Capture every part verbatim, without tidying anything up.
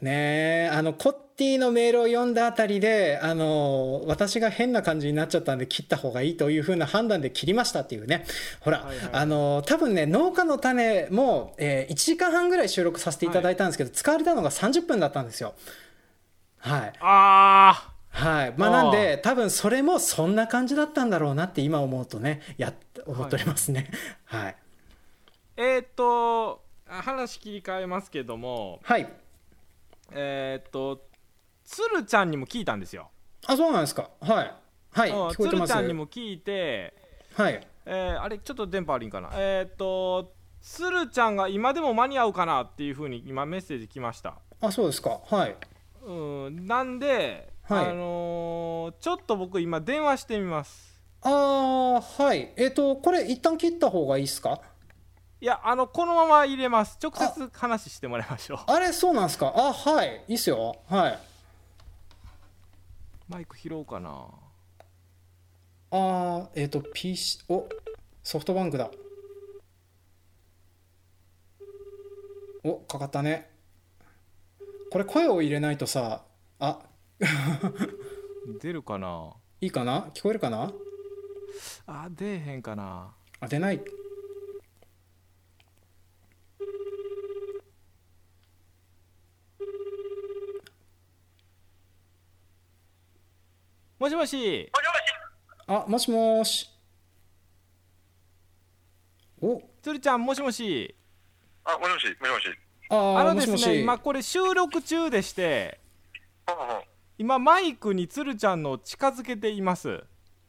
ねえ、あのコッティのメールを読んだあたりで、あの私が変な感じになっちゃったんで切った方がいいという風な判断で切りましたっていうね。ほら、 はいはいはい、 あの多分ね、農家の種も、えー、いちじかんはんぐらい収録させていただいたんですけど、はい、使われたのがさんじゅっぷんだったんですよ。はい。 あはい。まあなんで多分それもそんな感じだったんだろうなって今思うとね、や思っておりますね。はい。はい、 えー、っと話切り替えますけども、 はい。 えー、っとつるちゃんにも聞いたんですよ。 あ、そうなんですか。はいはい、聞こえてます。 つるちゃんにも聞いて、 はい、 えー、あれちょっと電波悪いんかな。えー、っとつるちゃんが今でも間に合うかなっていう風に今メッセージ来ました。 あ、そうですか。はい。 うん、なんで、 はい、 あのー、ちょっと僕今電話してみます。 あー、はい。えっとこれ一旦切った方がいいですか？ いや、あのこのまま入れます。直接話してもらいましょう。 あ, あれ、そうなんですか。あ、はい、いいっすよ。はい。 マイク拾おうかな。 あー、えっと ピーシー、 お、ソフトバンクだ。お、かかったね。これ声を入れないとさ、あ出るかな。 いいかな、聞こえるかな。 あ、出えへんかな。 あ、出ない。 もしもし。 あ、もしもし。お、 つるちゃん、もしもし。 あ、もしもし、もしもし。 ああのですね、 もしもし、 今これ収録中でして、 ははは今マイクにつるちゃんの近づけています。 はいはい。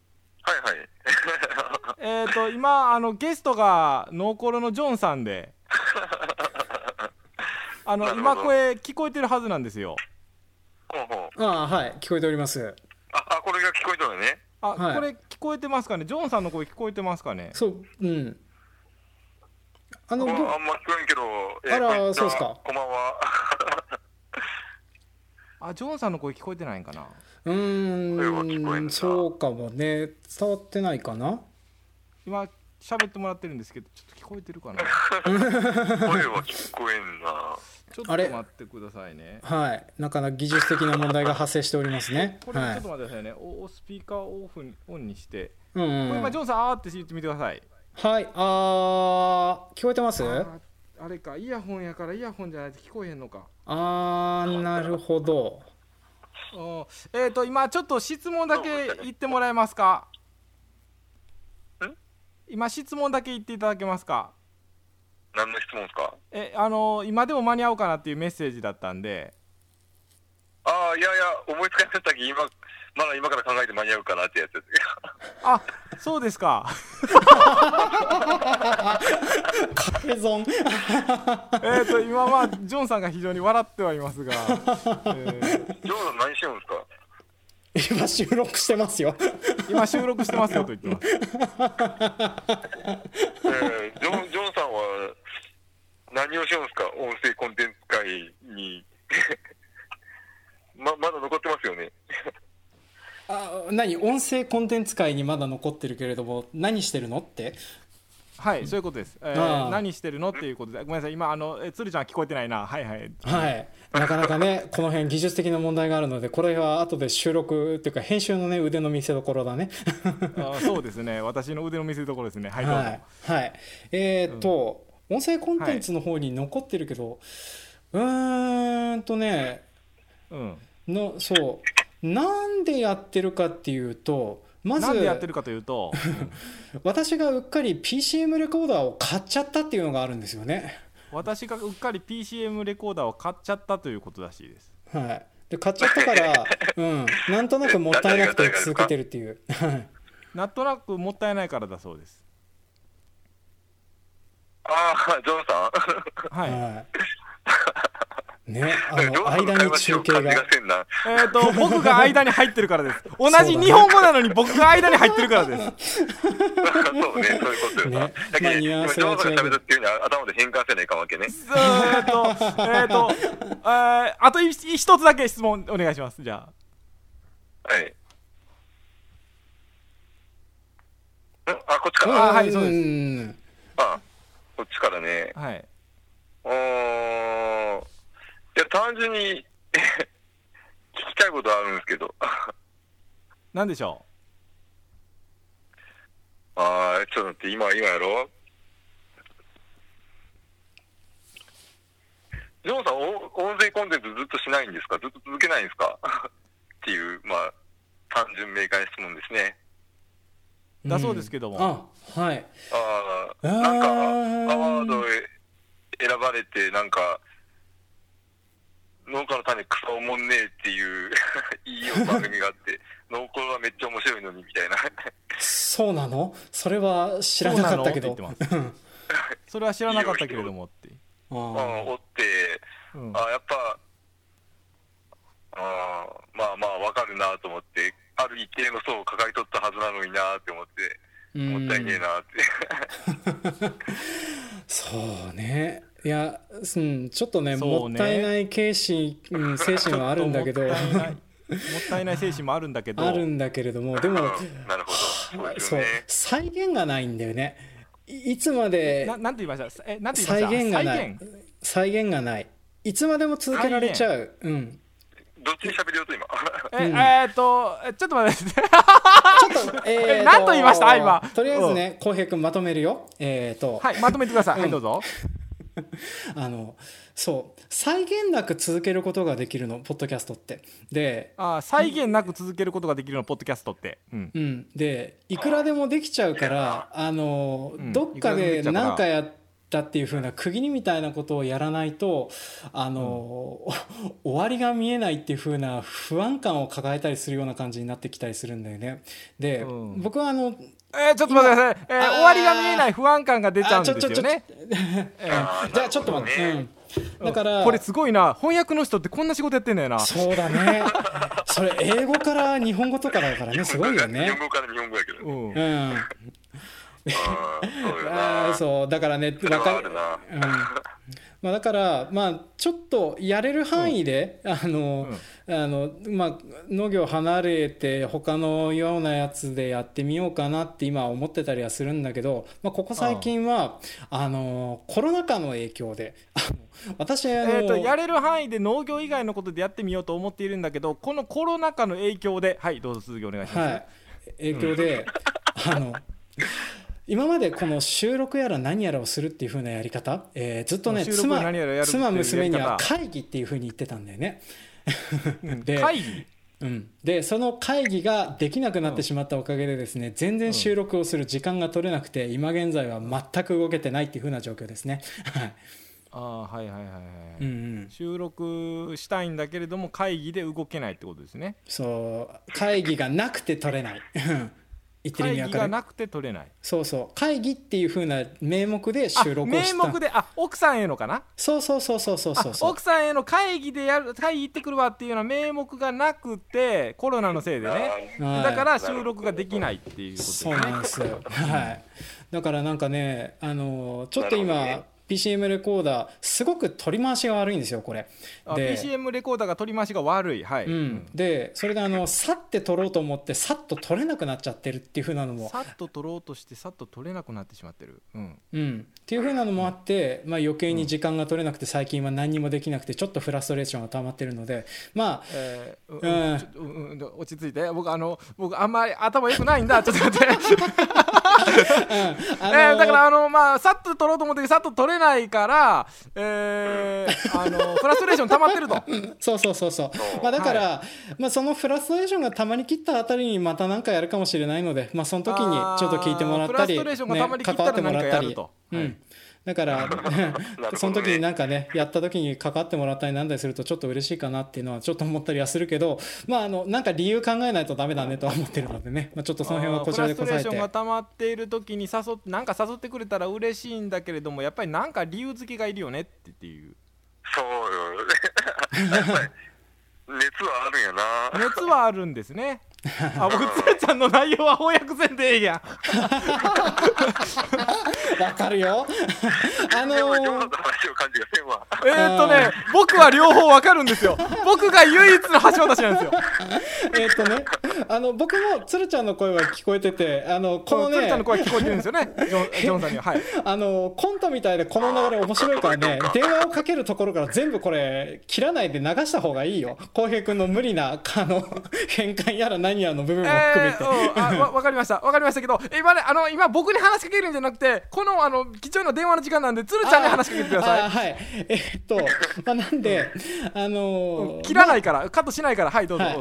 えっと今あのゲストがノーコロのジョンさんであの今声聞こえてるはずなんですよ。 ほうほう。 あ、はい、聞こえております。 あ、あ、これが聞こえたのね。 あ、 はい、 これ聞こえてますかね。ジョンさんの声聞こえてますかね。 そう、うん。あの、 あ、あんま聞こえんけど、えー、 あら、そうですか。 こんばんは。 あ、ジョンさんの声聞こえてないんかな。 うーん、そうかもね。伝わってないかな。 今喋ってもらってるんですけど、ちょっと聞こえてるかな。 声は聞こえんな。 ちょっと待ってくださいね。 はい、なかなか技術的な問題が発生しておりますね。 これちょはい、 っと待ってくださいね。おスピーカーをオフにオンにして、 うんうん、 これ今ジョンさんあーって言ってみてください。 はい、あー、聞こえてます？ あ, あれか、イヤホンやからイヤホンじゃないと聞こえへんのか。 あー、なるほど。 えーと今ちょっと質問だけ言ってもらえますか。今質問だけ言っていただけますか。 何の質問ですか？ え、あの今でも間に合うかなっていうメッセージだったんで。 ああ、いやいや、思いつかなかったき、今まだ今から考えて間に合うかなってやつです。 あ、そうですか。 掛け損。 えっと今はジョンさんが非常に笑ってはいますが、えー、 ジョンさん何してるんですか？ 今収録してますよ。 今収録してますよと言ってます。 えー、ジョン、ジョンさんは何をしようんですか？音声コンテンツ界にま, まだ残ってますよね。 あ、何、音声コンテンツ界にまだ残ってるけれども何してるのって。 はい、そういうことです。えー、何してるのっていうことで、ごめんなさい、今あのえつるちゃん聞こえてないな。はいはい。 はい、なかなかねこの辺技術的な問題があるので、これは後で収録っていうか編集のね腕の見せ所だね。 あ、そうですね、私の腕の見せ所ですね。はい、どうぞ。 はい、はい、えー、っと、うん、音声コンテンツの方に残ってるけど、はい、うーんとね、 うん、 のそうなんでやってるかっていうと、まずなんでやってるかというと、 うん、私がうっかり ピーシーエム レコーダーを買っちゃったっていうのがあるんですよね。 私がうっかり ピーシーエム レコーダーを買っちゃったということらしいです。 はい、で買っちゃったから、うん、なんとなくもったいなくて続けてるっていう。 なんとなくもったいないからだそうです。 ああ、ジョンさん。 はい、 はいね、あの間に中継が、 えーと僕が間に入ってるからです。同じ日本語なのに僕が間に入ってるからです。 そうね、そういうことよな。 ね、まあニュアンスが違う。 今ジョンさんが喋るっていうには頭で変換せないかんわけね。 えーとえーと、えー、あと一つだけ質問お願いします。じゃあ。はい。あ、こっちから。 ら。 あ、はい、そうです。 あ、こっちからね。 はい。 おー、 や、単純に聞きたいことあるんですけど。 なんでしょあー、ちょっと待って、今、今やろジョンさん、お音声コンテンツずっとしないんですか？ずっと続けないんですか？っていう、まあ、単純明快な質問ですね。 だそうですけども、 あ、はい。 ああ、なんか、アワードへ選ばれて、なんか、農家の種草おもんねえっていういい番組があって、農家はめっちゃ面白いのにみたいな。 そうなの？それは知らなかったけど。 それは知らなかったけれどもって。 ああ、おって、うん、ああ、やっぱ、あまあまあわかるなと思って、ある一定の層を抱えとったはずなのになって思って、もったいねえなって。 そうね。いや、うん、ちょっとね、もったいない精神、うん、精神はあるんだけど。もったいない精神もあるんだけど。 あるんだけれども、でも、 なるほど。 そう、再現がないんだよね。いつまで。 な、なんて言いました？え、なんて言いました？ 再現がない。再現がない。いつまでも続けられちゃう。うん。 どっちに喋るよと今。 え、うん、えー、っとちょっと待ってちょっとえー、 何と言いました今。 とりあえずね、浩平君まとめるよ。えー、っとはい、まとめてください。うん、はい、どうぞ。 あのそう際限なく続けることができるのポッドキャストってであ際限なく続けることができるのポッドキャストって、うんうん、でいくらでもできちゃうからあの、うん、どっかで何かやったっていう風な区切りみたいなことをやらないとあの、うん、終わりが見えないっていう風な不安感を抱えたりするような感じになってきたりするんだよね。で、うん、僕はあのえー、ちょっと待ってください、えー、終わりが見えない不安感が出ちゃうんですよね。 じゃあちょっと待って、うんだからこれすごいな、翻訳の人ってこんな仕事やってんだよな。 そうだねそれ英語から日本語とかだからねすごいよね。 日本語から日本語やけど、うんうんあそうだからね分かるな、うんまあ、だからまあちょっとやれる範囲で、うん、あの、うん、あのまあ農業離れて他のようなやつでやってみようかなって今思ってたりはするんだけど、まあ、ここ最近はあのコロナ禍の影響で私あの、 えー、とやれる範囲で農業以外のことでやってみようと思っているんだけどこのコロナ禍の影響ではいどうぞ続きお願いします。 はい、影響で、うん、あの今までこの収録やら何やらをするっていう風なやり方、えー、ずっとね妻、妻娘には会議っていう風に言ってたんだよねで会議、 うん、でその会議ができなくなってしまったおかげでですね、うん、全然収録をする時間が取れなくて今現在は全く動けてないっていう風な状況ですねあはいはいはいはい、 うんうん、 収録したいんだけれども会議で動けないってことですね。 そう会議がなくて取れない言ってる意味わかる？ 会議がなくて取れない。 そうそう会議っていう風な名目で収録をした。 名目であ奥さんへのかな。 そうそうそうそうそうそう奥さんへの会議でやる会議行ってくるわっていうような名目がなくてコロナのせいでね、はい、だから収録ができないっていうことですね。 そうなんですよはいだからなんかねあのちょっと今ピーシーエム レコーダーすごく取り回しが悪いんですよこれで ピーシーエム レコーダーが取り回しが悪い、はい、 うん、でそれであのさって取ろうと思ってさっと取れなくなっちゃってるっていう風なのもさっと取ろうとしてさっと取れなくなってしまってる、うんうん、っていう風なのもあって、まあ、余計に時間が取れなくて最近は何にもできなくてちょっとフラストレーションが溜まってるのでまあ、 えーうんうんうん、落ち着いて僕あの僕あんまり頭良くないんだちょっと待って、うんあのーえー、だからあのまあさっと取ろうと思ってさっと取れないからえー、あのフラストレーション溜まってるとそうそうそうそう、まあ、だから、はいまあ、そのフラストレーションが溜まりきったあたりにまた何かやるかもしれないので、まあ、その時にちょっと聞いてもらったり、ね、関わってもらったり、うん、だからその時になんかねやった時に関わってもらったりなんだりするとちょっと嬉しいかなっていうのはちょっと思ったりはするけど、まあ、あのなんか理由考えないとダメだねとは思ってるのでね、まあ、ちょっとその辺はこちらで答えてフラストレーションが溜まっている時に誘ってなんか誘ってくれたら嬉しいんだけれどもやっぱりなんか理由付けがいるよねっていうそうよやっぱり熱はあるんやな熱はあるんですね。 あ、僕つーちゃんの内容は翻訳せんでええやん。 わかるよ。あのー、 えーっとね、僕は両方わかるんですよ。僕が唯一の橋渡しなんですよ。 えーっとね、あの僕もつるちゃんの声は聞こえてて、あのこのね、 つるちゃんの声は聞こえてるんですよね。ジョン、ジョンさんには。はい。 あのコントみたいでこの流れ面白いからね、電話をかけるところから全部これ切らないで流した方がいいよ。浩平君の無理なあの変換やら何やらの部分も含めて。 えー、あわ、わかりました。わかりましたけど、今ね、あの今僕に話しかけるんじゃなくて、このあの貴重な電話の時間なんで、つるちゃんに話しかけてください。 ああはい。えー、っと、まあ、なんで、あのーうん、切らないから、まあ、カットしないから、はいどうぞ。はい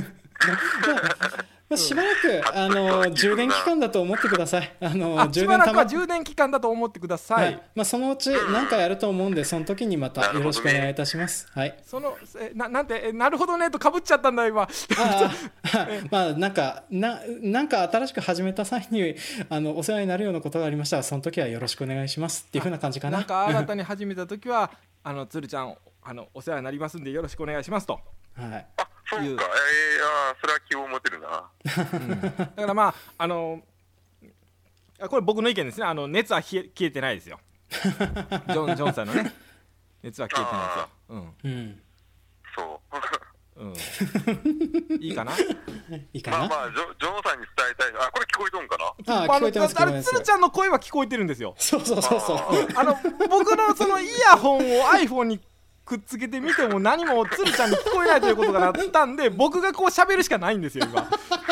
まあ、しばらく、あのー、充電期間だと思ってください。あのー、 しばらくは充電期間だと思ってください。はい、 まあ、そのうち何かやると思うんで、その時にまたよろしくお願いいたします。はい。 そのえななんてえなるほどねとかぶっちゃったんだ今。あまあなんかななんか新しく始めた際にあのお世話になるようなことがありましたら、その時はよろしくお願いしますっていう風な感じかな。 なんか新たに始めた時はあのつるちゃんあのお世話になりますんでよろしくお願いしますと。 はい。 そうか、えー、あそれは希望持てるな、 うん、だからまああのこれ僕の意見ですね。あの熱は消え消えてないですよ。ジョンジョンさんのね熱は消えてないですよ。うん、うん、 そううん、いいかな。 いいかな。 まあまあジョジョンさんに伝えたい。あ、これ聞こえとんかな。 ああ、聞こえてます。 あれつるちゃんの声は聞こえてるんですよ。 そうそうそうそう。 あの僕のそのイヤホンを iPhone にくっつけてみても何もつるちゃんに聞こえないということがなったんで、僕がこう喋るしかないんですよ今。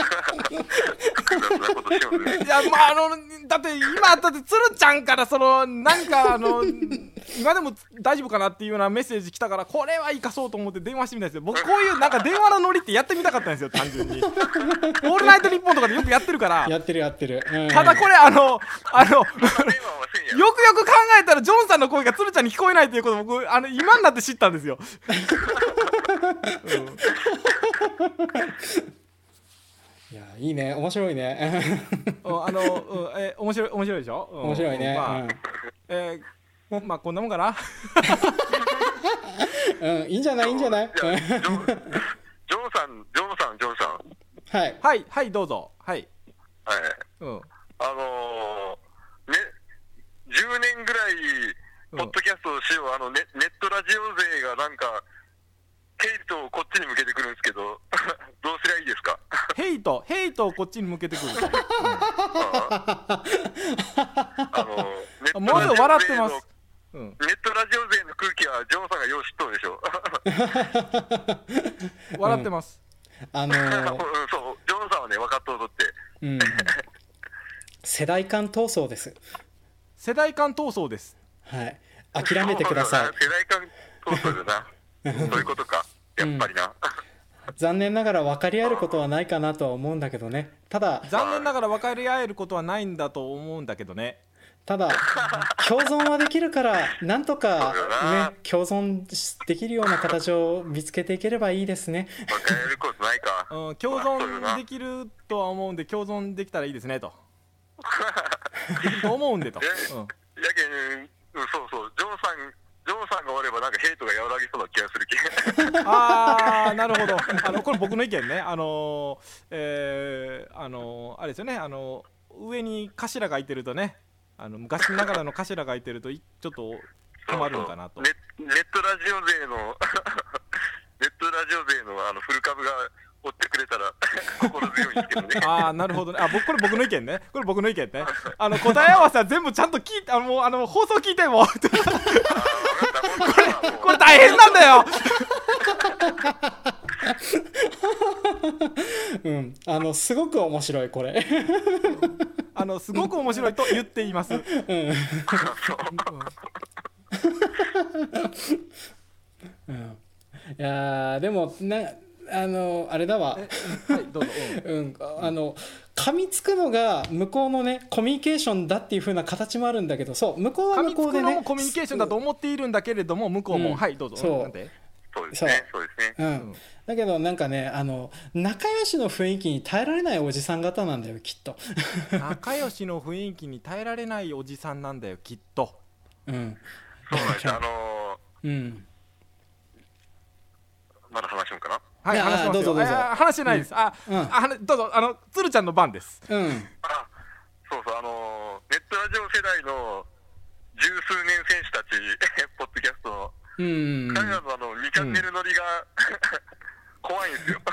いやまああのだって今だってつるちゃんからその何かあの今でも大丈夫かなっていうようなメッセージ来たから、これは生かそうと思って電話してみたんですよ。僕こういうなんか電話のノリってやってみたかったんですよ単純に。オールナイトニッポンとかでよくやってるから。 やってるやってる、うん、 ただこれあのあのよくよく考えたらジョンさんの声がつるちゃんに聞こえないということを僕あの今になって知ったんですよ。うん、 いやいいね、面白いね。 あの、うん、え面白い面白いでしょ。 面白いね。 まあ、 うん、 えー、まあこんなもんかな。 うん、いいんじゃないいいんじゃない。 ジョンさんジョンさんジョンさんジョンさん。 はいはいはいどうぞ。はいはい。 うん。 あのー、ねじゅうねんぐらいポッドキャストをしよう、あの ネ, ネットラジオ勢がなんかヘイトをこっちに向けてくるんですけどどうすりゃいいですか。 ヘイトヘイトをこっちに向けてくる。うん、 あのもうちょっと笑ってます。 うん、ネットラジオ勢の空気はジョンさんがよう知っとるでしょ。 笑ってます。 うん、あのー、うん、 そうジョンさんはね分かっとるとって、 うん、世代間闘争です。 世代間闘争です。 はい、諦めてください。 世代間闘争だな。そういうことか、やっぱりな。うん、 残念ながら分かり合えることはないかなとは思うんだけどね。ただ残念ながら分かり合えることはないんだと思うんだけどね。 ただ共存はできるからなんとかね共存できるような形を見つけていければいいですね。 分かれることないか。 うん、共存できるとは思うんで共存できたらいいですねと。できると思うんでと。うん、やけん、そうそうジョンさんジョンさんがおればなんかヘイトが和らぎそうな気がするけ。 ああなるほど。あのこれ僕の意見ね。あのー、えー、あのー、あれですよね。あのー、上に頭がいてるとね。あの昔ながらの頭がいてるとちょっと困るんかなと。 そうそうネ, ネットラジオ勢のネットラジオ勢のあのフル株が追ってくれたら心強いんですけどね。ああなるほどね。あ僕これ僕の意見ね。これ僕の意見ね。あの答え合わせは全部ちゃんと聞いてあのもうあの放送聞いてもこれこれ大変なんだよ。 うん、あのすごく面白いこれ。 あのすごく面白いと言っています。うん、 うん、いやでもなあのあれだわ。 はいどうぞ。 うん、あの噛みつくのが向こうのねコミュニケーションだっていう風な形もあるんだけど、そう向こうは向こうでね。噛みつくのもコミュニケーションだと思っているんだけれども向こうも、うん、はいどうぞ。 そうなんでそうですねそうですね。 うん。だけどなんかねあの仲良しの雰囲気に耐えられないおじさん方なんだよきっと。 仲良しの雰囲気に耐えられないおじさんなんだよきっと。 うん。 そうなんです。あのー、 うん。 まだ話しようかな。 はい話しますよ。どうぞどうぞ。話してないです。あ、あどうぞあの鶴ちゃんの番です。 うん。あ、そうそうあのネットラジオ世代の十数年選手たちポッドキャストの、うん、彼らのあのにチャンネル乗りが、うん、怖いんですよ。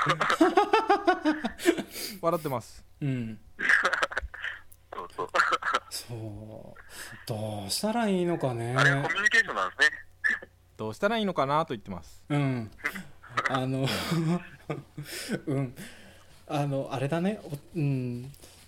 笑ってます。 うん。 そうそう。 そうどうしたらいいのかね。 あれはコミュニケーションなんですね。 どうしたらいいのかなと言ってます。 うん。あのうんあのあれだね。うん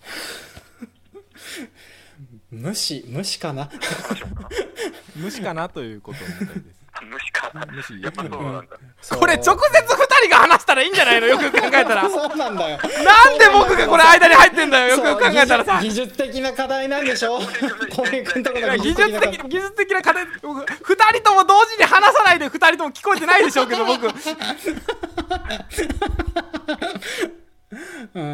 無視無視かな無視かなということみたいです。 無視かな。 無視。 やっぱそうなんだ。 これ直接ふたりが話したらいいんじゃないの？よく考えたら。 そうなんだよ。 なんで僕がこれ間に入ってんだよ。よく考えたらさ。 技術的な課題なんでしょ。浩平君とこの技術的技術的な課題。ふたりとも同時に話さないでふたりとも聞こえてないでしょうけど僕。 うん、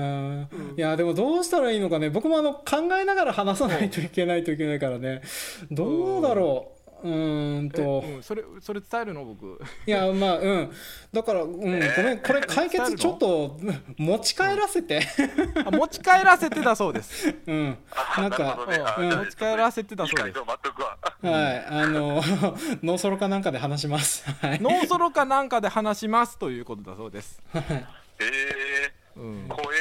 いやでもどうしたらいいのかね。僕もあの考えながら話さないといけないといけないからね。どうだろう。うーんと、 うん、それそれ伝えるの僕。 いやまあうんだから、うん、ごめんこれ解決ちょっと持ち帰らせて、 うん、あ持ち帰らせてだそうです。 うんなんか、 ねうん、 持ち帰らせてだそうです。 はいあのノーソロかなんかで話します。はい、 ノーソロかなんかで話しますということだそうです。 えー、うん、怖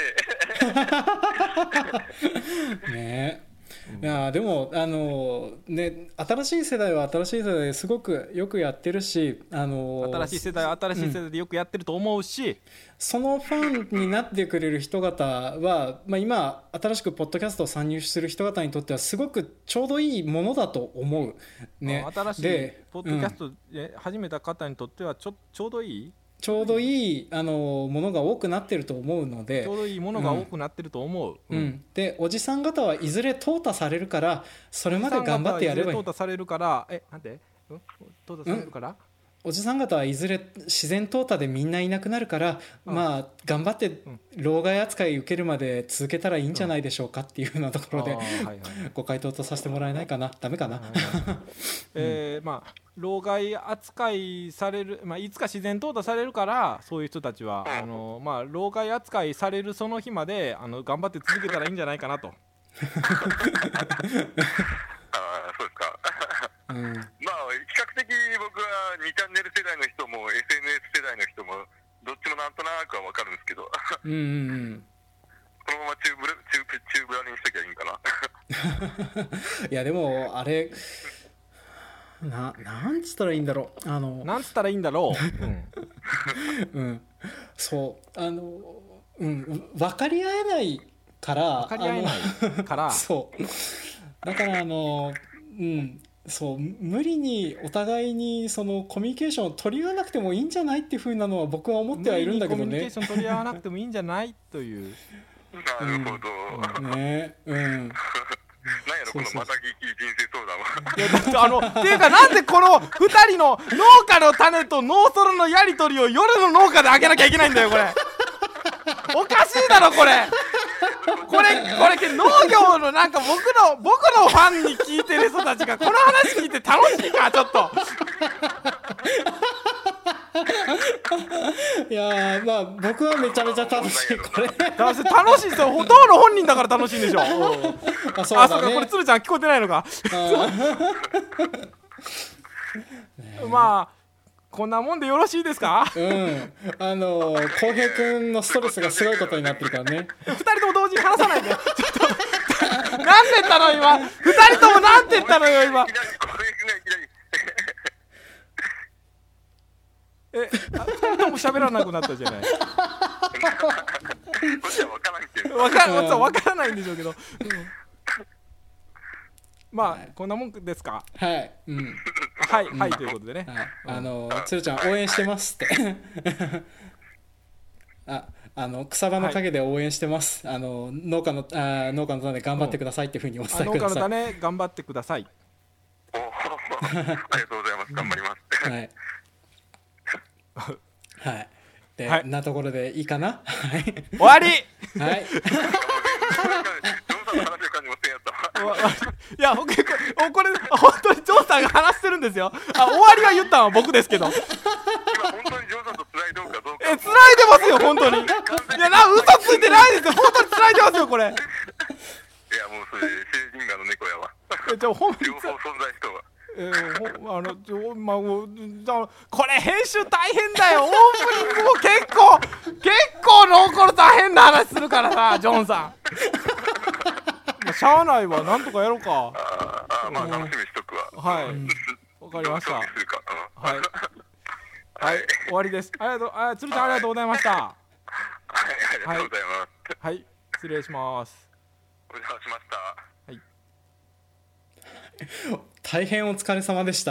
えねえいやでもあのね新しい世代は新しい世代ですごくよくやってるし、あの新しい世代は新しい世代でよくやってると思うし、うん、 そのファンになってくれる人方は、まあ、今新しくポッドキャストを参入する人方にとってはすごくちょうどいいものだと思う、ね、 新しいポッドキャストで始めた方にとってはち ょ, ちょうどいいちょうどいいあのものが多くなってると思うので、 ちょうどいいものが多くなってると思う、 うんうん、でおじさん方はいずれ淘汰されるからそれまで頑張ってやればいい。 淘汰されるからえなんで、うん、淘汰されるから、うんおじさん方はいずれ自然淘汰でみんないなくなるから、うん、まあ頑張って老害扱い受けるまで続けたらいいんじゃないでしょうかっていうふうなところで、うんはいはい、ご回答とさせてもらえないかな。ダメかな、 えー、まあ老害扱いされる、まあ、いつか自然淘汰されるからそういう人たちはあの、まあ、老害扱いされるその日まであの頑張って続けたらいいんじゃないかなと。あそうですか。うん、まあ比較的僕はにチャンネル世代の人も エスエヌエス 世代の人もどっちもなんとなくは分かるんですけどうんうん、うん、このままチューブラ、チューブ、チューブラリにしときゃいいんかな。 いやでもあれな、なんつったらいいんだろうあのなんつったらいいんだろう、うんうん、そうあの、うん、分かり合えないから分かり合えないからそうだからあのうんそう無理にお互いにそのコミュニケーションを取り合わなくてもいいんじゃないっていう風なのは僕は思ってはいるんだけどね。 コミュニケーション取り合わなくてもいいんじゃないというなるほど、 うん、ねうんなんやろこのまたぎき人生相談は。 いやだってあのっていうかなんでこのふたりの農家の種とノーソロのやり取りを夜の農家であげなきゃいけないんだよこれ。おかしいだろこれ。これこれ農業のなんか僕の僕のファンに聞いてる人たちがこの話聞いて楽しいかちょっと。 いやーまあ僕はめちゃめちゃ楽しいこれ。 楽しい楽しいですよ。ほとんど本人だから楽しいんでしょ。あそうだね。あそうかこれ鶴ちゃん聞こえてないのか。まあ。こんなもんでよろしいですか？ うん。あの浩平くんのストレスがすごいことになってるからね。 二人とも同時に話さないで。ちょっとなんて言ったの今。二人ともなんて言ったのよ今。え、あ二人とも喋らなくなったじゃない。わからわからないんでしょうけど。うんまあ、はい、こんなもんですか。 はい、うん、 はい、はい、ということでね。 はい、あの、鶴ちゃん応援してますって。あ、あの草場の陰で応援してます。はい、あの農家のあ農家の種頑張ってくださいっていうふうにお伝えください。 農家の種頑張ってください。 おありがとうございます。頑張ります。 はい。はい。で、はい、なところでいいかな。はい。 終わり。 はい。 いやこれこれ本当にジョーさんが話してるんですよ。あ終わりは言ったのは僕ですけど。 今本当にジョーさんとつないどうかどうか。 えつないでますよ本当に。いやな嘘ついてないですよ、本当に繋いでますよこれ。いやもうそれシェーディンガーの猫やわ。 じゃあほん両方存在しとは。 えー、ほあのちょまあもうこれ編集大変だよ。オープニングも結構結構残る大変な話するからさジョンさん。しゃあないわ、なんとかやろうか。 ああまあ楽しみにしとくわ。 はいわかりました。はいはい終わりです。ありがとう、あつるちゃんありがとうございました。はいありがとうございます。 はい失礼します。 お邪魔しました。 はい。大変お疲れ様でした。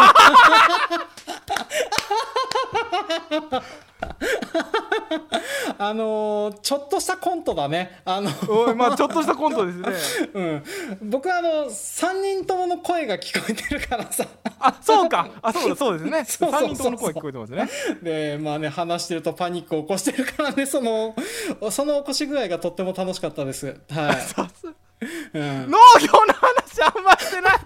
あのー、ちょっとしたコントだね。あのおい、まあちょっとしたコントですね。 うん、僕はあのさんにんともの声が聞こえてるからさ。 あ、そうか。あ、そうだそうですね。さんにんともの声聞こえてますね。 で、まあね話してるとパニックを起こしてるからね、そのその起こし具合がとっても楽しかったです。はい。そうそう。うん、農業の話あんましてない。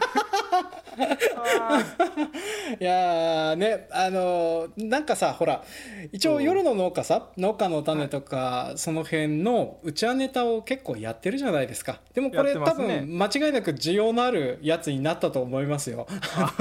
いやーね、あのー、なんかさほら一応夜の農家さ農家の種とか、はい、その辺のうちわネタを結構やってるじゃないですか。でもこれ、ね、多分間違いなく需要のあるやつになったと思いますよ。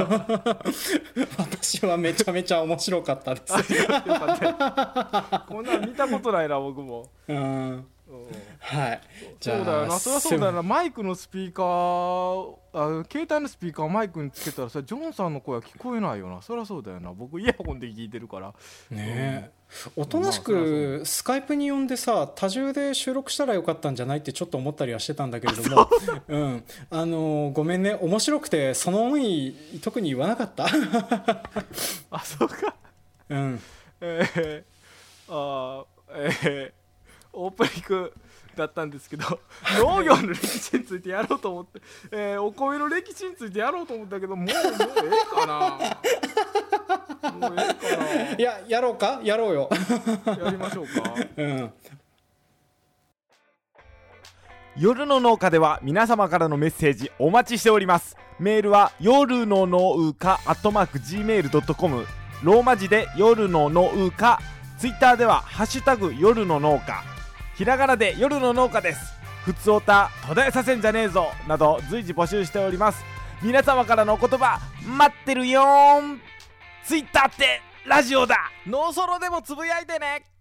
私はめちゃめちゃ面白かったです。 よかった。こんなの見たことないな僕も。 うんはい、 じゃあそうだよな、そりゃそうだよな。マイクのスピーカーあ携帯のスピーカーをマイクにつけたらさジョンさんの声は聞こえないよな。そりゃそうだよな、僕イヤホンで聞いてるからねえ、うん、おとなしくスカイプに呼んでさ多重で収録したらよかったんじゃないってちょっと思ったりはしてたんだけれども、うん、あのー、ごめんね、面白くてその思い特に言わなかった。 あ、そうか。 うんえー、あえーオープニングだったんですけど農業の歴史についてやろうと思って、えー、お米の歴史についてやろうと思ったけどもうもうええかなもうええかな。 いややろうかやろうよ。 やりましょうか。 うん。 夜の農家では皆様からのメッセージお待ちしております。メールは夜の農家アットマーク ジーメールドットコム ローマ字で夜の農家。ツイッターではハッシュタグ夜の農家、ひらがなで夜の農家です。ふつおた途絶えさせんじゃねえぞなど随時募集しております。皆様からのお言葉待ってるよーん。ツイッターってラジオだ。ノーソロでもつぶやいてね。